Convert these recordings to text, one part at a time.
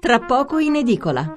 tra poco in edicola.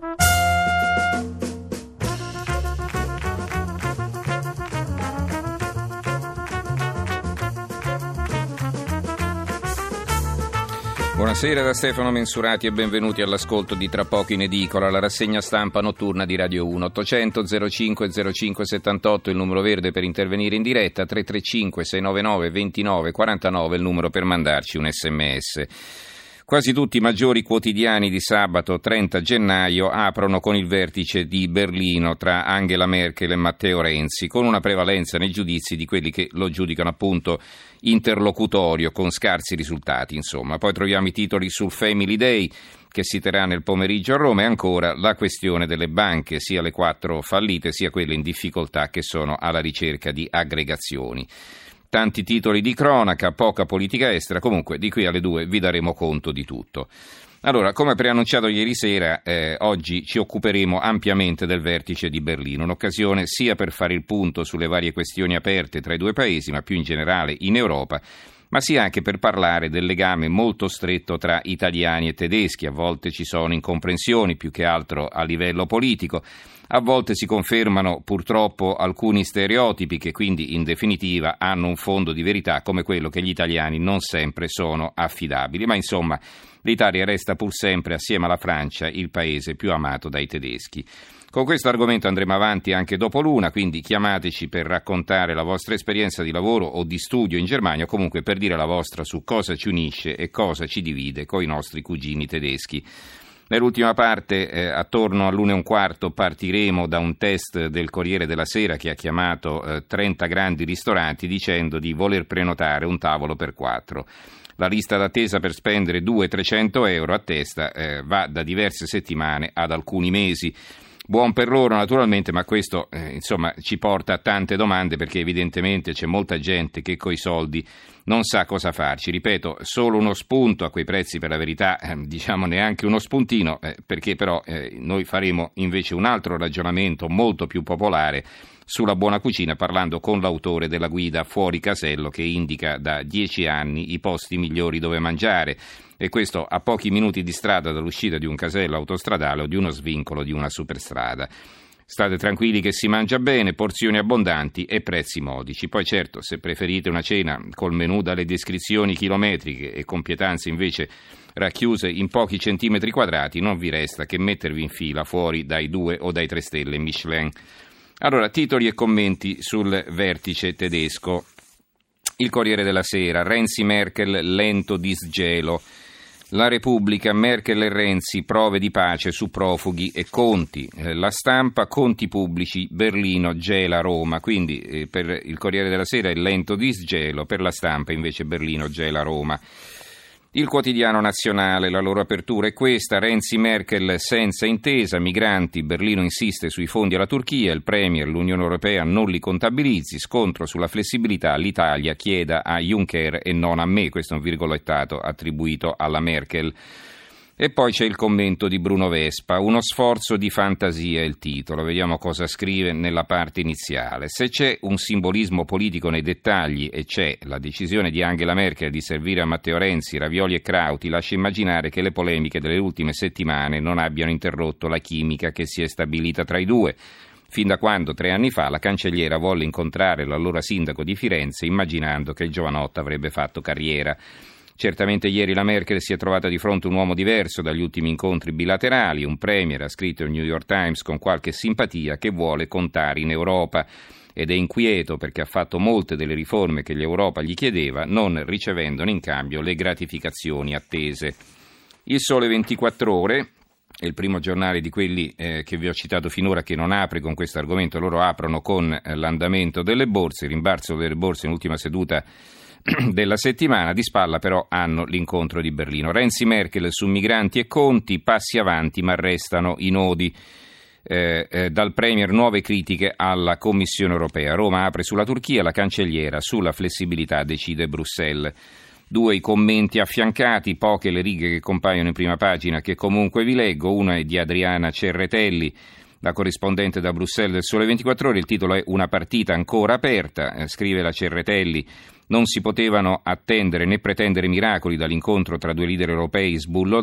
Buonasera da Stefano Mensurati e benvenuti all'ascolto di Tra poco in edicola, la rassegna stampa notturna di Radio 1. 800 05 05 78 il numero verde per intervenire in diretta, 335 699 29 49 il numero per mandarci un sms. Quasi tutti i maggiori quotidiani di sabato 30 gennaio aprono con il vertice di Berlino tra Angela Merkel e Matteo Renzi, con una prevalenza nei giudizi di quelli che lo giudicano appunto interlocutorio, con scarsi risultati, insomma. Poi troviamo i titoli sul Family Day, che si terrà nel pomeriggio a Roma, e ancora la questione delle banche, sia le 4 fallite sia quelle in difficoltà che sono alla ricerca di aggregazioni. Tanti titoli di cronaca, poca politica estera, comunque di qui alle 2 vi daremo conto di tutto. Allora, come preannunciato ieri sera, oggi ci occuperemo ampiamente del vertice di Berlino, un'occasione sia per fare il punto sulle varie questioni aperte tra i due paesi, ma più in generale in Europa, ma sia anche per parlare del legame molto stretto tra italiani e tedeschi. A volte ci sono incomprensioni, più che altro a livello politico. A volte si confermano purtroppo alcuni stereotipi che quindi in definitiva hanno un fondo di verità, come quello che gli italiani non sempre sono affidabili. Ma insomma l'Italia resta pur sempre, assieme alla Francia, il paese più amato dai tedeschi. Con questo argomento andremo avanti anche dopo l'una, quindi chiamateci per raccontare la vostra esperienza di lavoro o di studio in Germania, o comunque per dire la vostra su cosa ci unisce e cosa ci divide coi nostri cugini tedeschi. Nell'ultima parte, attorno all'1:15, partiremo da un test del Corriere della Sera che ha chiamato 30 grandi ristoranti dicendo di voler prenotare un tavolo per 4. La lista d'attesa per spendere 200-300 euro a testa va da diverse settimane ad alcuni mesi. Buon per loro naturalmente, ma questo insomma ci porta a tante domande, perché evidentemente c'è molta gente che coi soldi non sa cosa farci. Ripeto, solo uno spunto a quei prezzi, per la verità, diciamo neanche uno spuntino, perché però noi faremo invece un altro ragionamento molto più popolare sulla buona cucina, parlando con l'autore della guida Fuori Casello, che indica da 10 anni i posti migliori dove mangiare, e questo a pochi minuti di strada dall'uscita di un casello autostradale o di uno svincolo di una superstrada. State tranquilli che si mangia bene, porzioni abbondanti e prezzi modici. Poi certo, se preferite una cena col menù dalle descrizioni chilometriche e con pietanze invece racchiuse in pochi centimetri quadrati, non vi resta che mettervi in fila fuori dai 2 o dai 3 stelle Michelin. Allora, titoli e commenti sul vertice tedesco. Il Corriere della Sera, Renzi-Merkel, lento disgelo. La Repubblica, Merkel e Renzi, prove di pace su profughi e conti. La Stampa, conti pubblici, Berlino gela Roma. Quindi per il Corriere della Sera è lento disgelo, per la Stampa invece Berlino gela Roma. Il Quotidiano Nazionale, la loro apertura è questa: Renzi-Merkel senza intesa, migranti, Berlino insiste sui fondi alla Turchia, il Premier, l'Unione Europea non li contabilizzi, scontro sulla flessibilità, l'Italia chieda a Juncker e non a me, questo è un virgolettato attribuito alla Merkel. E poi c'è il commento di Bruno Vespa, uno sforzo di fantasia è il titolo, vediamo cosa scrive nella parte iniziale. Se c'è un simbolismo politico nei dettagli, e c'è la decisione di Angela Merkel di servire a Matteo Renzi ravioli e crauti, lascia immaginare che le polemiche delle ultime settimane non abbiano interrotto la chimica che si è stabilita tra i due. Fin da quando 3 anni fa la cancelliera volle incontrare l'allora sindaco di Firenze immaginando che il giovanotto avrebbe fatto carriera. Certamente ieri la Merkel si è trovata di fronte a un uomo diverso dagli ultimi incontri bilaterali, un premier, ha scritto il New York Times con qualche simpatia, che vuole contare in Europa, ed è inquieto perché ha fatto molte delle riforme che l'Europa gli chiedeva, non ricevendone in cambio le gratificazioni attese. Il Sole 24 Ore è il primo giornale di quelli che vi ho citato finora che non apre con questo argomento. Loro aprono con l'andamento delle borse, il rimbalzo delle borse in ultima seduta della settimana. Di spalla però hanno l'incontro di Berlino. Renzi-Merkel su migranti e conti, passi avanti ma restano i nodi. Dal Premier nuove critiche alla Commissione Europea. Roma apre sulla Turchia, la cancelliera sulla flessibilità decide Bruxelles. 2 i commenti affiancati, poche le righe che compaiono in prima pagina che comunque vi leggo. Una è di Adriana Cerretelli, la corrispondente da Bruxelles del Sole 24 Ore, il titolo è Una partita ancora aperta, scrive la Cerretelli. Non si potevano attendere né pretendere miracoli dall'incontro tra due leader europei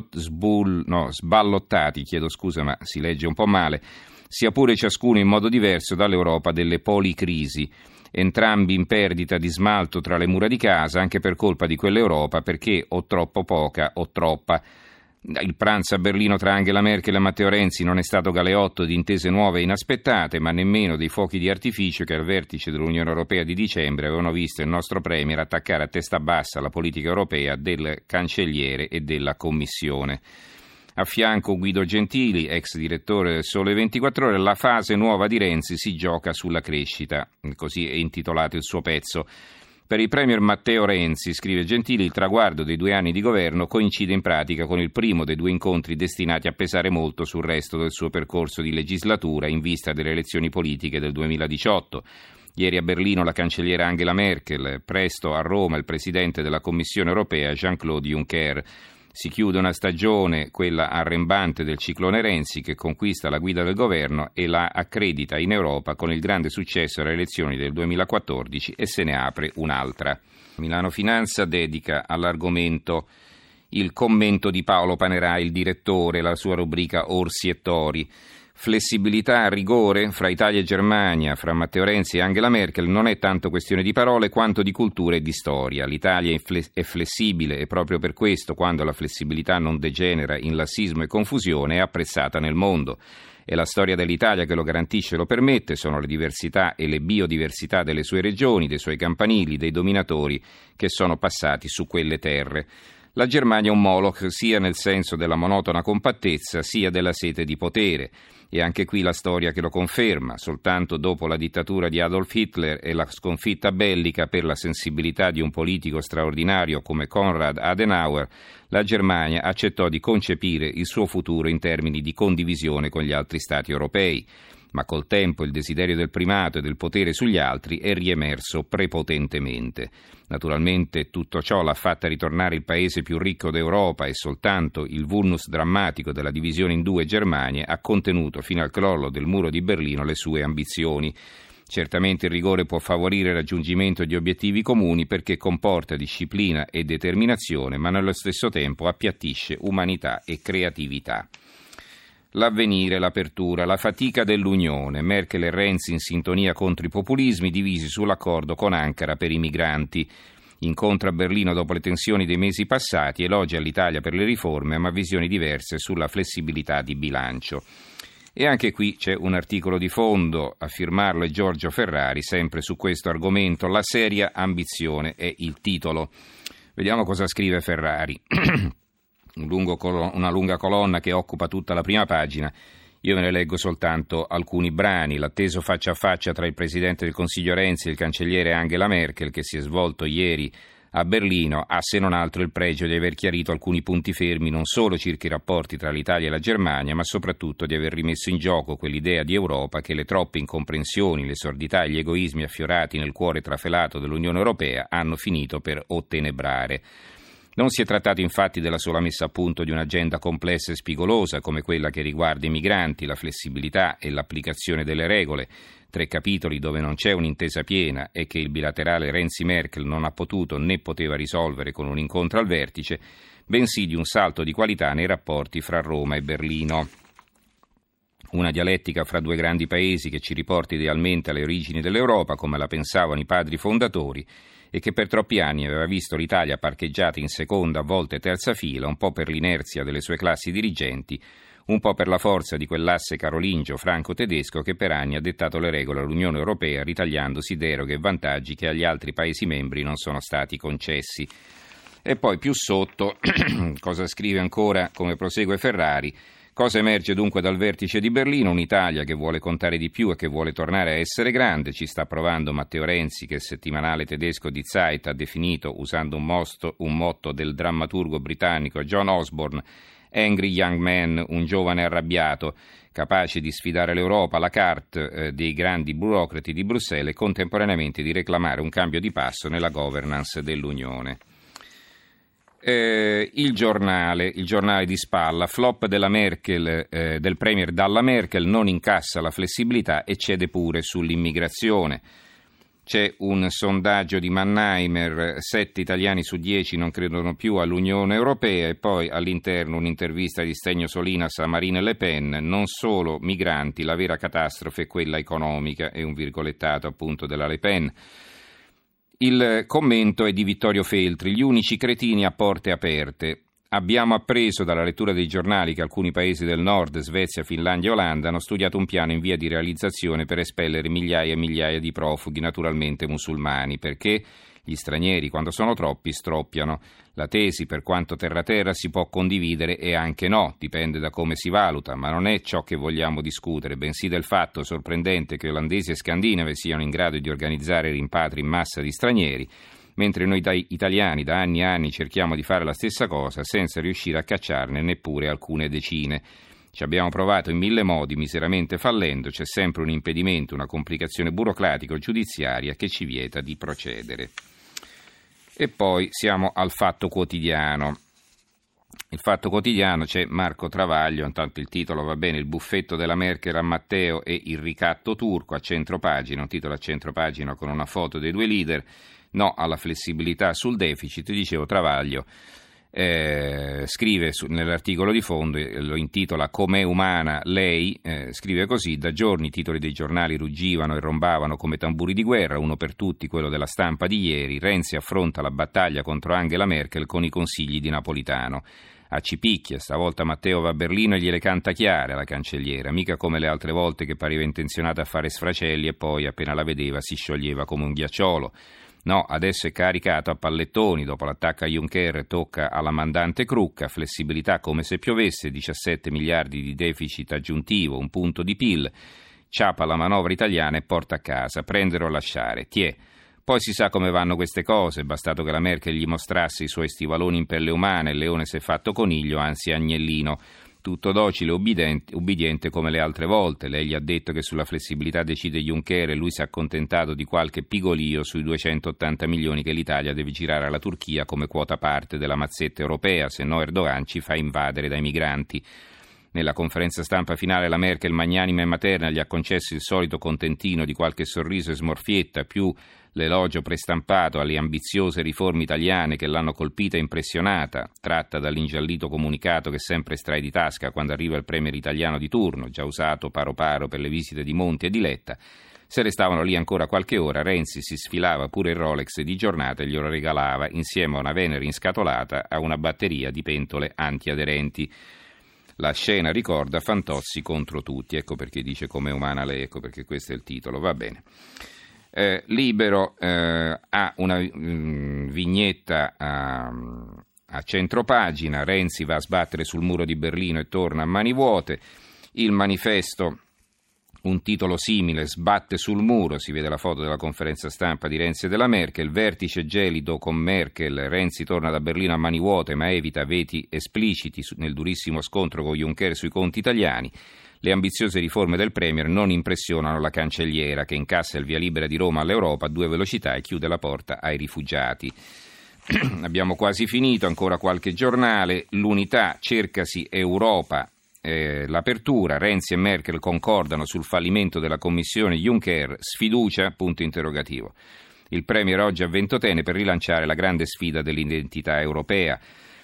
sballottati, ma si legge un po' male, sia pure ciascuno in modo diverso dall'Europa delle policrisi, entrambi in perdita di smalto tra le mura di casa, anche per colpa di quell'Europa, perché o troppo poca o troppa. Il pranzo a Berlino tra Angela Merkel e Matteo Renzi non è stato galeotto di intese nuove e inaspettate, ma nemmeno dei fuochi di artificio che al vertice dell'Unione Europea di dicembre avevano visto il nostro Premier attaccare a testa bassa la politica europea del cancelliere e della Commissione. A fianco Guido Gentili, ex direttore del Sole 24 Ore, la fase nuova di Renzi si gioca sulla crescita, così è intitolato il suo pezzo. Per il Premier Matteo Renzi, scrive Gentili, il traguardo dei 2 anni di governo coincide in pratica con il primo dei 2 incontri destinati a pesare molto sul resto del suo percorso di legislatura in vista delle elezioni politiche del 2018. Ieri a Berlino la cancelliera Angela Merkel, presto a Roma il presidente della Commissione europea Jean-Claude Juncker. Si chiude una stagione, quella arrembante del ciclone Renzi, che conquista la guida del governo e la accredita in Europa con il grande successo alle elezioni del 2014, e se ne apre un'altra. Milano Finanza dedica all'argomento il commento di Paolo Panerà, il direttore, la sua rubrica Orsi e Tori. Flessibilità, rigore fra Italia e Germania, fra Matteo Renzi e Angela Merkel non è tanto questione di parole quanto di cultura e di storia. L'Italia è flessibile e proprio per questo, quando la flessibilità non degenera in lassismo e confusione, è apprezzata nel mondo. È la storia dell'Italia che lo garantisce e lo permette, sono le diversità e le biodiversità delle sue regioni, dei suoi campanili, dei dominatori che sono passati su quelle terre. La Germania è un Moloch sia nel senso della monotona compattezza sia della sete di potere. E anche qui la storia che lo conferma. Soltanto dopo la dittatura di Adolf Hitler e la sconfitta bellica per la sensibilità di un politico straordinario come Konrad Adenauer, la Germania accettò di concepire il suo futuro in termini di condivisione con gli altri stati europei. Ma col tempo il desiderio del primato e del potere sugli altri è riemerso prepotentemente. Naturalmente tutto ciò l'ha fatta ritornare il paese più ricco d'Europa e soltanto il vulnus drammatico della divisione in 2 Germanie ha contenuto fino al crollo del muro di Berlino le sue ambizioni. Certamente il rigore può favorire il raggiungimento di obiettivi comuni perché comporta disciplina e determinazione, ma nello stesso tempo appiattisce umanità e creatività. L'avvenire, l'apertura, la fatica dell'Unione, Merkel e Renzi in sintonia contro i populismi, divisi sull'accordo con Ankara per i migranti. Incontra a Berlino dopo le tensioni dei mesi passati, elogia l'Italia per le riforme, ma visioni diverse sulla flessibilità di bilancio. E anche qui c'è un articolo di fondo, a firmarlo è Giorgio Ferrari, sempre su questo argomento, La seria ambizione è il titolo. Vediamo cosa scrive Ferrari. Una lunga colonna che occupa tutta la prima pagina. Io ve ne leggo soltanto alcuni brani. L'atteso faccia a faccia tra il Presidente del Consiglio Renzi e il cancelliere Angela Merkel, che si è svolto ieri a Berlino, ha se non altro il pregio di aver chiarito alcuni punti fermi non solo circa i rapporti tra l'Italia e la Germania, ma soprattutto di aver rimesso in gioco quell'idea di Europa che le troppe incomprensioni, le sordità e gli egoismi affiorati nel cuore trafelato dell'Unione Europea hanno finito per ottenebrare. Non si è trattato infatti della sola messa a punto di un'agenda complessa e spigolosa come quella che riguarda i migranti, la flessibilità e l'applicazione delle regole, 3 capitoli dove non c'è un'intesa piena e che il bilaterale Renzi-Merkel non ha potuto né poteva risolvere con un incontro al vertice, bensì di un salto di qualità nei rapporti fra Roma e Berlino. Una dialettica fra 2 grandi paesi che ci riporta idealmente alle origini dell'Europa, come la pensavano i padri fondatori, e che per troppi anni aveva visto l'Italia parcheggiata in seconda, a volte terza fila, un po' per l'inerzia delle sue classi dirigenti, un po' per la forza di quell'asse carolingio franco-tedesco che per anni ha dettato le regole all'Unione Europea, ritagliandosi deroghe e vantaggi che agli altri Paesi membri non sono stati concessi. E poi più sotto, cosa scrive ancora, come prosegue Ferrari, cosa emerge dunque dal vertice di Berlino? Un'Italia che vuole contare di più e che vuole tornare a essere grande. Ci sta provando Matteo Renzi, che il settimanale tedesco Die Zeit ha definito, usando un motto del drammaturgo britannico John Osborne, Angry Young Man, un giovane arrabbiato, capace di sfidare l'Europa, la carte dei grandi burocrati di Bruxelles e contemporaneamente di reclamare un cambio di passo nella governance dell'Unione. Il giornale di spalla, flop della Merkel, del premier dalla Merkel, non incassa la flessibilità e cede pure sull'immigrazione. C'è un sondaggio di Mannheimer, 7 italiani su 10 non credono più all'Unione Europea, e poi all'interno un'intervista di Stegno Solinas a Marine Le Pen, non solo migranti, la vera catastrofe è quella economica, e un virgolettato appunto della Le Pen. Il commento è di Vittorio Feltri, gli unici cretini a porte aperte. Abbiamo appreso dalla lettura dei giornali che alcuni paesi del nord, Svezia, Finlandia e Olanda, hanno studiato un piano in via di realizzazione per espellere migliaia e migliaia di profughi, naturalmente musulmani, perché gli stranieri, quando sono troppi, stroppiano. La tesi, per quanto terra-terra, si può condividere e anche no, dipende da come si valuta, ma non è ciò che vogliamo discutere, bensì del fatto sorprendente che olandesi e scandinavi siano in grado di organizzare rimpatri in massa di stranieri, mentre noi italiani da anni e anni cerchiamo di fare la stessa cosa senza riuscire a cacciarne neppure alcune decine. Ci abbiamo provato in 1000 modi, miseramente fallendo, c'è sempre un impedimento, una complicazione burocratica o giudiziaria che ci vieta di procedere. E poi siamo al Fatto Quotidiano. Il Fatto Quotidiano, c'è Marco Travaglio, intanto il titolo va bene, il buffetto della Merkel a Matteo e il ricatto turco, a centropagina, un titolo a centropagina con una foto dei due leader. No alla flessibilità sul deficit, dicevo. Travaglio scrive nell'articolo di fondo, lo intitola Com'è umana lei, scrive così: da giorni i titoli dei giornali ruggivano e rombavano come tamburi di guerra, uno per tutti quello della Stampa di ieri. Renzi affronta la battaglia contro Angela Merkel con i consigli di Napolitano. Accipicchia, stavolta Matteo va a Berlino e gliele canta chiare alla cancelliera, mica come le altre volte che pareva intenzionata a fare sfracelli e poi appena la vedeva si scioglieva come un ghiacciolo. No, adesso è caricato a pallettoni, dopo l'attacco a Juncker tocca alla mandante Crucca, flessibilità come se piovesse, 17 miliardi di deficit aggiuntivo, un punto di PIL, ciapa la manovra italiana e porta a casa, prendere o lasciare, tiè. Poi si sa come vanno queste cose, bastato che la Merkel gli mostrasse i suoi stivaloni in pelle umana, il leone si è fatto coniglio, anzi agnellino. Tutto docile e ubbidiente come le altre volte. Lei gli ha detto che sulla flessibilità decide Juncker e lui si è accontentato di qualche pigolio sui 280 milioni che l'Italia deve girare alla Turchia come quota parte della mazzetta europea, se no Erdogan ci fa invadere dai migranti. Nella conferenza stampa finale la Merkel, magnanima e materna, gli ha concesso il solito contentino di qualche sorriso e smorfietta, più l'elogio prestampato alle ambiziose riforme italiane che l'hanno colpita e impressionata, tratta dall'ingiallito comunicato che sempre estrae di tasca quando arriva il premier italiano di turno, già usato paro paro per le visite di Monti e di Letta. Se restavano lì ancora qualche ora, Renzi si sfilava pure il Rolex di giornata e glielo regalava insieme a una Venere inscatolata a una batteria di pentole antiaderenti. La scena ricorda Fantozzi contro tutti, ecco perché dice Com'è umana lei, ecco perché questo è il titolo, va bene. Libero ha una vignetta a centropagina, Renzi va a sbattere sul muro di Berlino e torna a mani vuote. Il Manifesto, un titolo simile, sbatte sul muro, si vede la foto della conferenza stampa di Renzi e della Merkel, vertice gelido con Merkel, Renzi torna da Berlino a mani vuote ma evita veti espliciti nel durissimo scontro con Juncker sui conti italiani. Le ambiziose riforme del Premier non impressionano la cancelliera, che incassa il via libera di Roma all'Europa a 2 velocità e chiude la porta ai rifugiati. Abbiamo quasi finito, ancora qualche giornale. L'Unità, cercasi Europa, l'apertura, Renzi e Merkel concordano sul fallimento della commissione Juncker, sfiducia, punto interrogativo. Il Premier oggi a Ventotene per rilanciare la grande sfida dell'identità europea.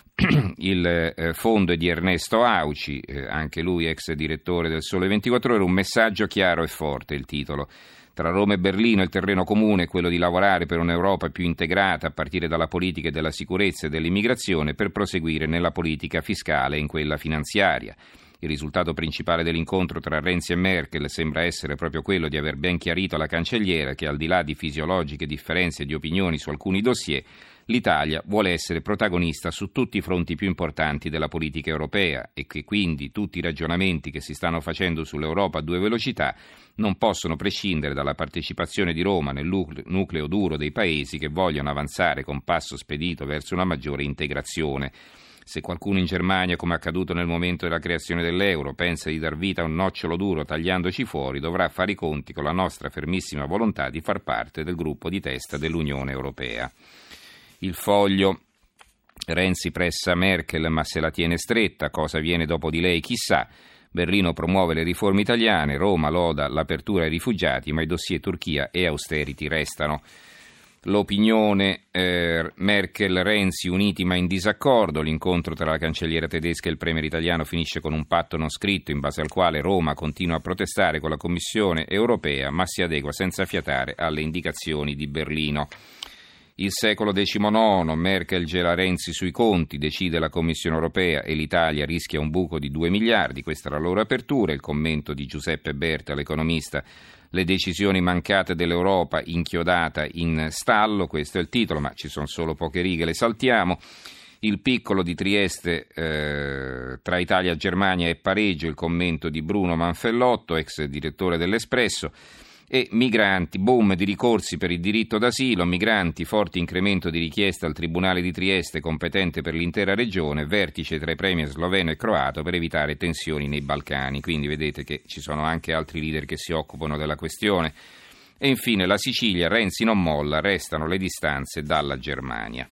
Il fondo è di Ernesto Auci, anche lui ex direttore del Sole 24 Ore, un messaggio chiaro e forte, il titolo. Tra Roma e Berlino il terreno comune è quello di lavorare per un'Europa più integrata a partire dalla politica e della sicurezza e dell'immigrazione per proseguire nella politica fiscale e in quella finanziaria. Il risultato principale dell'incontro tra Renzi e Merkel sembra essere proprio quello di aver ben chiarito alla cancelliera che al di là di fisiologiche differenze di opinioni su alcuni dossier, l'Italia vuole essere protagonista su tutti i fronti più importanti della politica europea e che quindi tutti i ragionamenti che si stanno facendo sull'Europa a 2 velocità non possono prescindere dalla partecipazione di Roma nel nucleo duro dei paesi che vogliono avanzare con passo spedito verso una maggiore integrazione. Se qualcuno in Germania, come accaduto nel momento della creazione dell'euro, pensa di dar vita a un nocciolo duro tagliandoci fuori, dovrà fare i conti con la nostra fermissima volontà di far parte del gruppo di testa dell'Unione Europea. Il Foglio, Renzi pressa Merkel ma se la tiene stretta, cosa viene dopo di lei chissà. Berlino promuove le riforme italiane, Roma loda l'apertura ai rifugiati, ma i dossier Turchia e austerity restano. L'opinione Merkel-Renzi uniti ma in disaccordo, l'incontro tra la cancelliera tedesca e il premier italiano finisce con un patto non scritto in base al quale Roma continua a protestare con la Commissione europea ma si adegua senza fiatare alle indicazioni di Berlino. Il secolo XIX, Merkel gela Renzi sui conti, decide la Commissione europea e l'Italia rischia un buco di 2 miliardi, questa è la loro apertura, il commento di Giuseppe Berta, l'economista, le decisioni mancate dell'Europa inchiodata in stallo, questo è il titolo, ma ci sono solo poche righe, le saltiamo. Il piccolo di Trieste tra Italia e Germania è pareggio, il commento di Bruno Manfellotto, ex direttore dell'Espresso. E migranti, boom di ricorsi per il diritto d'asilo, migranti, forte incremento di richieste al Tribunale di Trieste competente per l'intera regione, vertice tra i premier sloveno e croato per evitare tensioni nei Balcani. Quindi vedete che ci sono anche altri leader che si occupano della questione. E infine la Sicilia, Renzi non molla, restano le distanze dalla Germania.